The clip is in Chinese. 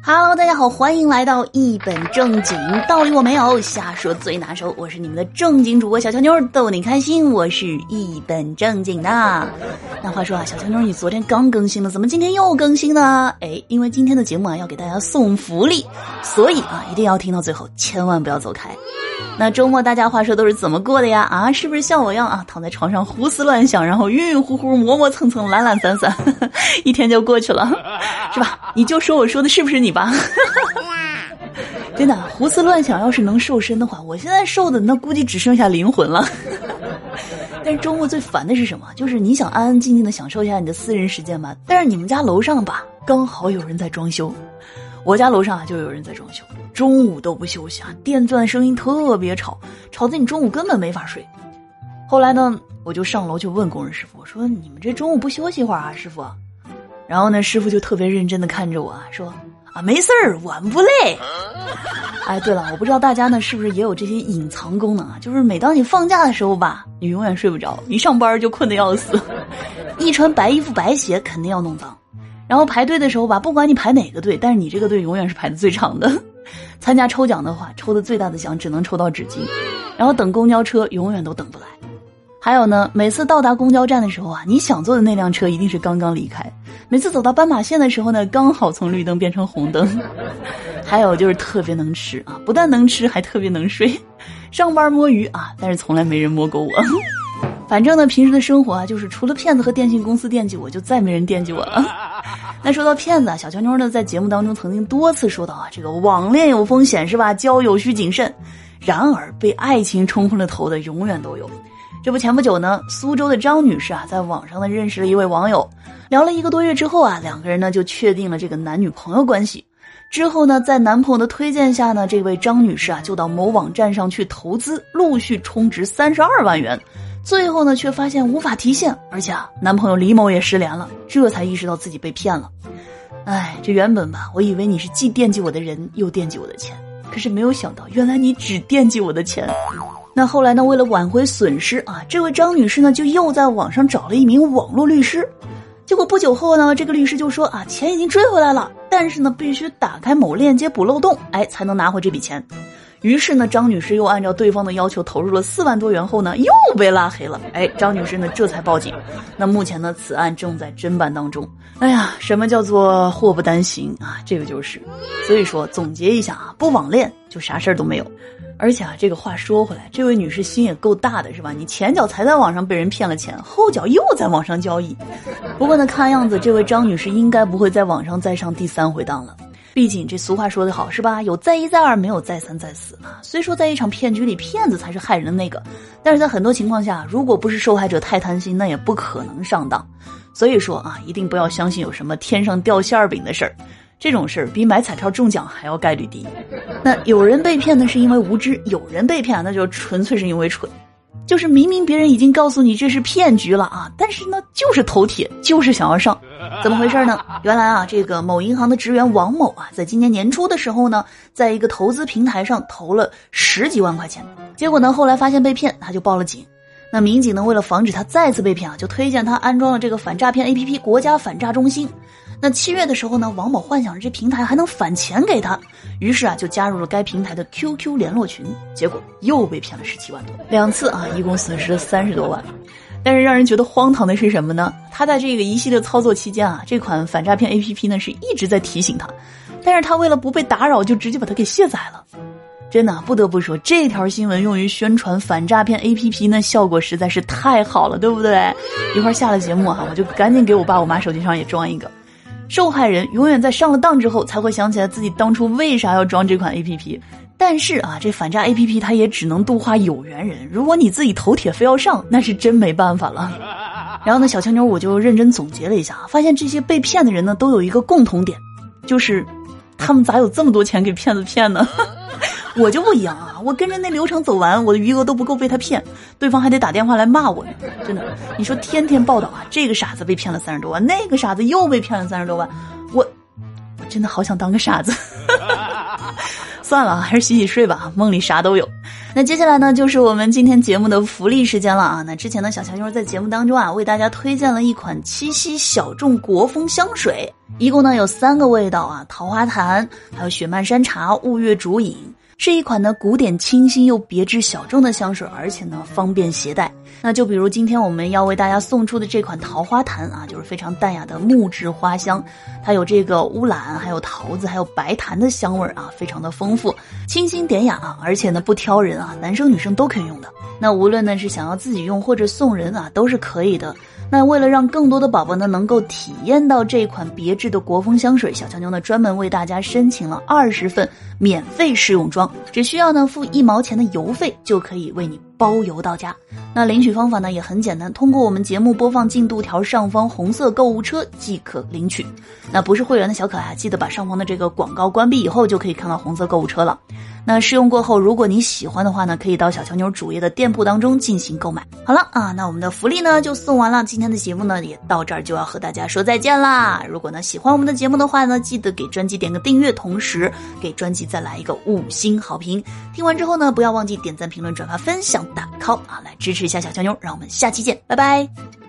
Hello， 大家好，欢迎来到一本正经，道理我没有，瞎说最拿手。我是你们的正经主播小乔妞，逗你开心。我是一本正经的。那话说啊，小乔妞你昨天刚更新了，怎么今天又更新呢？因为今天的节目啊要给大家送福利，所以啊一定要听到最后，千万不要走开。那周末大家话说都是怎么过的呀？是不是像我一样啊，躺在床上胡思乱想，然后晕晕乎乎、磨磨蹭蹭、懒懒散散，一天就过去了，是吧？你就说我说的是不是你吧？真的，胡思乱想要是能瘦身的话，我现在瘦的那估计只剩下灵魂了。但是周末最烦的是什么？就是你想安安静静的享受一下你的私人时间吧，但是你们家楼上吧，刚好有人在装修。我家楼上啊就有人在装修，中午都不休息啊，电钻声音特别吵，吵得你中午根本没法睡。后来呢，我就上楼去问工人师傅，我说你们这中午不休息一会儿啊，师傅？然后呢，师傅就特别认真的看着我啊，说没事儿，我们不累。对了，我不知道大家呢是不是也有这些隐藏功能啊？就是每当你放假的时候吧，你永远睡不着，一上班就困得要死，一穿白衣服白鞋肯定要弄脏。然后排队的时候吧，不管你排哪个队，但是你这个队永远是排的最长的。参加抽奖的话，抽的最大的奖只能抽到纸巾。然后等公交车永远都等不来。还有呢，每次到达公交站的时候啊，你想坐的那辆车一定是刚刚离开。每次走到斑马线的时候呢，刚好从绿灯变成红灯。还有就是特别能吃啊，不但能吃还特别能睡。上班摸鱼啊，但是从来没人摸过我。反正呢，平时的生活啊，就是除了骗子和电信公司惦记我，就再没人惦记我了。那说到骗子啊，小乔妞呢在节目当中曾经多次说到啊，这个网恋有风险是吧？交友需谨慎。然而被爱情冲昏了头的永远都有。这不前不久呢，苏州的张女士啊，在网上呢认识了一位网友，聊了1个多月之后啊，两个人呢就确定了这个男女朋友关系。之后呢，在男朋友的推荐下呢，这位张女士啊就到某网站上去投资，陆续充值32万元。最后呢，却发现无法提现，而且啊，男朋友李某也失联了，这才意识到自己被骗了。这原本吧，我以为你是既惦记我的人，又惦记我的钱，可是没有想到，原来你只惦记我的钱。那后来呢，为了挽回损失啊，这位张女士呢，就又在网上找了一名网络律师。结果不久后呢，这个律师就说啊，钱已经追回来了，但是呢，必须打开某链接补漏洞，才能拿回这笔钱。于是呢，张女士又按照对方的要求投入了4万多元后呢，又被拉黑了。张女士呢这才报警。那目前呢，此案正在侦办当中。什么叫做祸不单行啊？这个就是。所以说总结一下啊，不网恋就啥事儿都没有。而且啊，这个话说回来，这位女士心也够大的是吧？你前脚才在网上被人骗了钱，后脚又在网上交易。不过呢，看样子这位张女士应该不会在网上再上第3回当了。毕竟这俗话说得好是吧？有再一再二，没有再三再四啊。虽说在一场骗局里，骗子才是害人的那个，但是在很多情况下，如果不是受害者太贪心，那也不可能上当。所以说啊，一定不要相信有什么天上掉馅儿饼的事儿，这种事儿比买彩票中奖还要概率低。那有人被骗呢是因为无知，有人被骗那就纯粹是因为蠢。就是明明别人已经告诉你这是骗局了啊，但是呢就是头铁，就是想要上。怎么回事呢？原来啊，这个某银行的职员王某啊，在今年年初的时候呢，在一个投资平台上投了10几万块钱，结果呢后来发现被骗，他就报了警。那民警呢为了防止他再次被骗啊，就推荐他安装了这个反诈骗 APP 国家反诈中心。那7月的时候呢，王某幻想着这平台还能返钱给他，于是啊就加入了该平台的 QQ 联络群，结果又被骗了17万多，2次啊，一共损失了30多万。但是让人觉得荒唐的是什么呢？他在这个一系列操作期间啊，这款反诈骗 APP 呢是一直在提醒他，但是他为了不被打扰，就直接把它给卸载了。真的不得不说，这条新闻用于宣传反诈骗 APP 呢，效果实在是太好了，对不对？一会儿下了节目啊，我就赶紧给我爸我妈手机上也装一个。受害人永远在上了当之后才会想起来自己当初为啥要装这款 APP。但是啊，这反诈 APP 它也只能度化有缘人，如果你自己头铁非要上，那是真没办法了。然后呢，小强妞我就认真总结了一下，发现这些被骗的人呢都有一个共同点，就是他们咋有这么多钱给骗子骗呢？我就不一样啊，我跟着那流程走完，我的余额都不够被他骗，对方还得打电话来骂我呢。真的，你说天天报道啊，这个傻子被骗了30多万，那个傻子又被骗了30多万，我真的好想当个傻子。算了，还是洗洗睡吧，梦里啥都有。 那接下来呢，就是我们今天节目的福利时间了啊。那之前呢，小乔妞在节目当中啊，为大家推荐了一款七夕小众国风香水，一共呢有3个味道啊，桃花潭，还有雪漫山茶、雾月竹影，是一款呢古典清新又别致小众的香水，而且呢方便携带。那就比如今天我们要为大家送出的这款桃花潭啊，就是非常淡雅的木质花香，它有这个乌兰，还有桃子，还有白檀的香味啊，非常的丰富，清新典雅啊，而且呢不挑人啊，男生女生都可以用的。那无论呢是想要自己用或者送人啊，都是可以的。那为了让更多的宝宝呢能够体验到这款别致的国风香水，小乔妞呢专门为大家申请了20份免费试用装，只需要呢付1毛钱的邮费就可以为你包邮到家。那领取方法呢也很简单，通过我们节目播放进度条上方红色购物车即可领取。那不是会员的小可爱，记得把上方的这个广告关闭以后就可以看到红色购物车了。那试用过后，如果你喜欢的话呢，可以到小乔妞主页的店铺当中进行购买。好了啊，那我们的福利呢就送完了，今天的节目呢也到这儿就要和大家说再见啦。如果呢喜欢我们的节目的话呢，记得给专辑点个订阅，同时给专辑再来一个5星好评。听完之后呢，不要忘记点赞、评论、转发、分享、打 call 啊，来支持一下小乔妞。让我们下期见，拜拜。